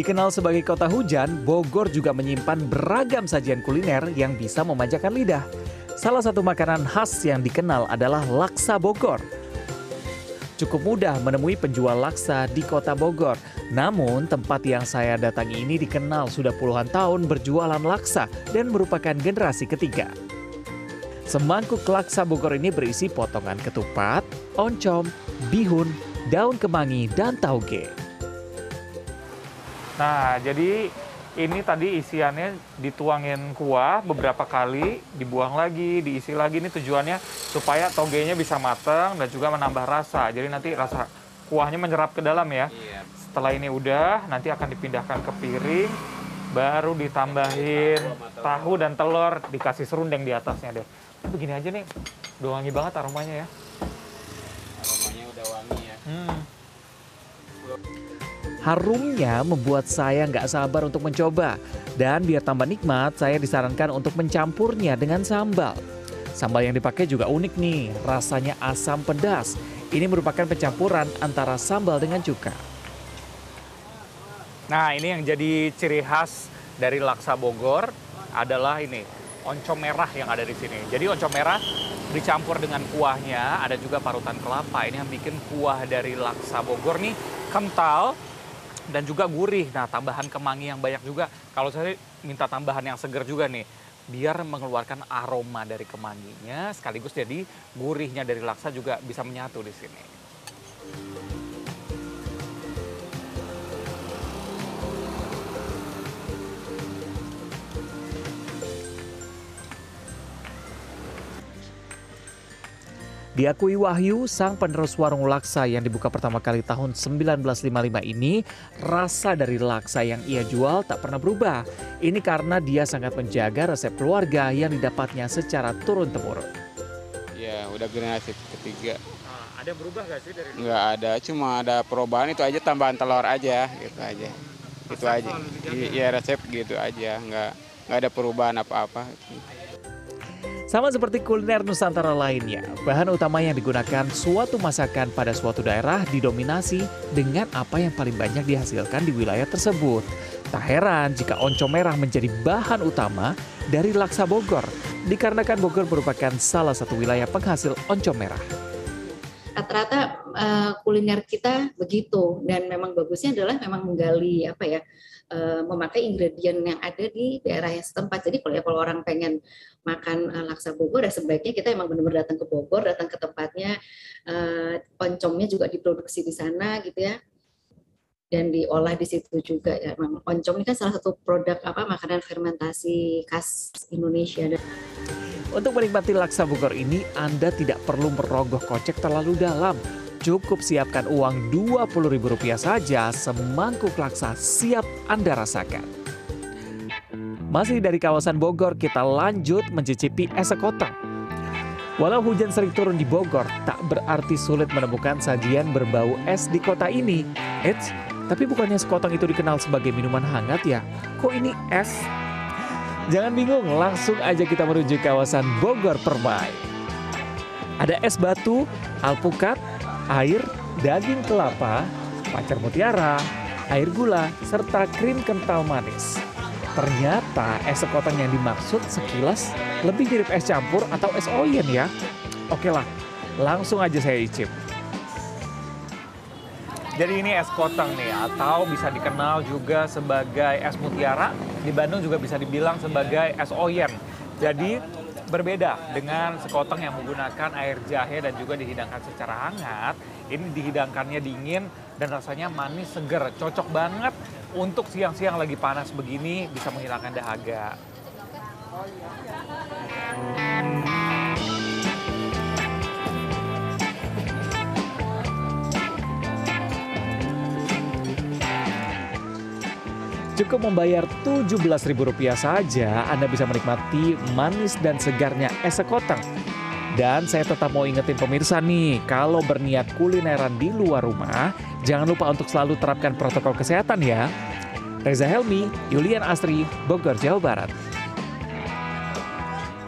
Dikenal sebagai kota hujan, Bogor juga menyimpan beragam sajian kuliner yang bisa memanjakan lidah. Salah satu makanan khas yang dikenal adalah laksa Bogor. Cukup mudah menemui penjual laksa di kota Bogor. Namun tempat yang saya datangi ini dikenal sudah puluhan tahun berjualan laksa dan merupakan generasi ketiga. Semangkuk laksa Bogor ini berisi potongan ketupat, oncom, bihun, daun kemangi, dan tauge. Nah, jadi ini tadi isiannya dituangin kuah beberapa kali, dibuang lagi, diisi lagi. Ini tujuannya supaya togenya bisa matang dan juga menambah rasa. Jadi nanti rasa kuahnya menyerap ke dalam ya. Setelah ini udah, nanti akan dipindahkan ke piring, baru ditambahin tahu dan telur, dikasih serundeng di atasnya deh. Ini begini aja nih, udah wangi banget aromanya ya. Aromanya udah wangi ya. Harumnya membuat saya nggak sabar untuk mencoba. Dan biar tambah nikmat, saya disarankan untuk mencampurnya dengan sambal. Sambal yang dipakai juga unik nih, rasanya asam pedas. Ini merupakan pencampuran antara sambal dengan cuka. Nah, ini yang jadi ciri khas dari laksa Bogor adalah ini, oncom merah yang ada di sini. Jadi oncom merah dicampur dengan kuahnya, ada juga parutan kelapa. Ini yang bikin kuah dari laksa Bogor nih kental dan juga gurih. Nah, tambahan kemangi yang banyak juga. Kalau saya minta tambahan yang segar juga nih, biar mengeluarkan aroma dari kemanginya, sekaligus jadi gurihnya dari laksa juga bisa menyatu di sini. Diakui Wahyu, sang penerus warung laksa yang dibuka pertama kali tahun 1955 ini, rasa dari laksa yang ia jual tak pernah berubah. Ini karena dia sangat menjaga resep keluarga yang didapatnya secara turun-temurun. Ya, udah generasi ketiga. Nah, ada yang berubah nggak sih dari dulu? Nggak ada, cuma ada perubahan itu aja, tambahan telur aja, gitu aja. Itu aja. Iya, resep gitu aja, nggak ada perubahan apa-apa. Sama seperti kuliner Nusantara lainnya, bahan utama yang digunakan suatu masakan pada suatu daerah didominasi dengan apa yang paling banyak dihasilkan di wilayah tersebut. Tak heran jika oncom merah menjadi bahan utama dari laksa Bogor, dikarenakan Bogor merupakan salah satu wilayah penghasil oncom merah. Rata-rata kuliner kita begitu, dan memang bagusnya adalah memang menggali memakai ingredient yang ada di daerah yang setempat. Jadi kalau orang pengen makan laksa Bogor, ya sebaiknya kita emang benar-benar datang ke Bogor, datang ke tempatnya. Oncomnya juga diproduksi di sana gitu ya, dan diolah di situ juga ya. Memang oncom ini kan salah satu produk makanan fermentasi khas Indonesia. Untuk menikmati laksa Bogor ini, Anda tidak perlu merogoh kocek terlalu dalam. Cukup siapkan uang Rp20.000 saja, semangkuk laksa siap Anda rasakan. Masih dari kawasan Bogor, kita lanjut mencicipi es sekoteng. Walau hujan sering turun di Bogor, tak berarti sulit menemukan sajian berbau es di kota ini. Eits, tapi bukannya sekoteng itu dikenal sebagai minuman hangat ya? Kok ini es? Jangan bingung, langsung aja kita menuju kawasan Bogor Permai. Ada es batu, alpukat, air, daging kelapa, pacar mutiara, air gula, serta krim kental manis. Ternyata es sekoteng yang dimaksud sekilas lebih mirip es campur atau es oyen ya. Oke lah, langsung aja saya icip. Jadi ini es koteng nih, atau bisa dikenal juga sebagai es mutiara. Di Bandung juga bisa dibilang sebagai es oyen. Jadi berbeda dengan sekoteng yang menggunakan air jahe dan juga dihidangkan secara hangat. Ini dihidangkannya dingin dan rasanya manis seger. Cocok banget untuk siang-siang lagi panas begini, bisa menghilangkan dahaga. Cukup membayar Rp17.000 saja, Anda bisa menikmati manis dan segarnya es sekoteng. Dan saya tetap mau ingetin pemirsa nih, kalau berniat kulineran di luar rumah, jangan lupa untuk selalu terapkan protokol kesehatan ya. Reza Helmi, Yulian Astri, Bogor, Jawa Barat.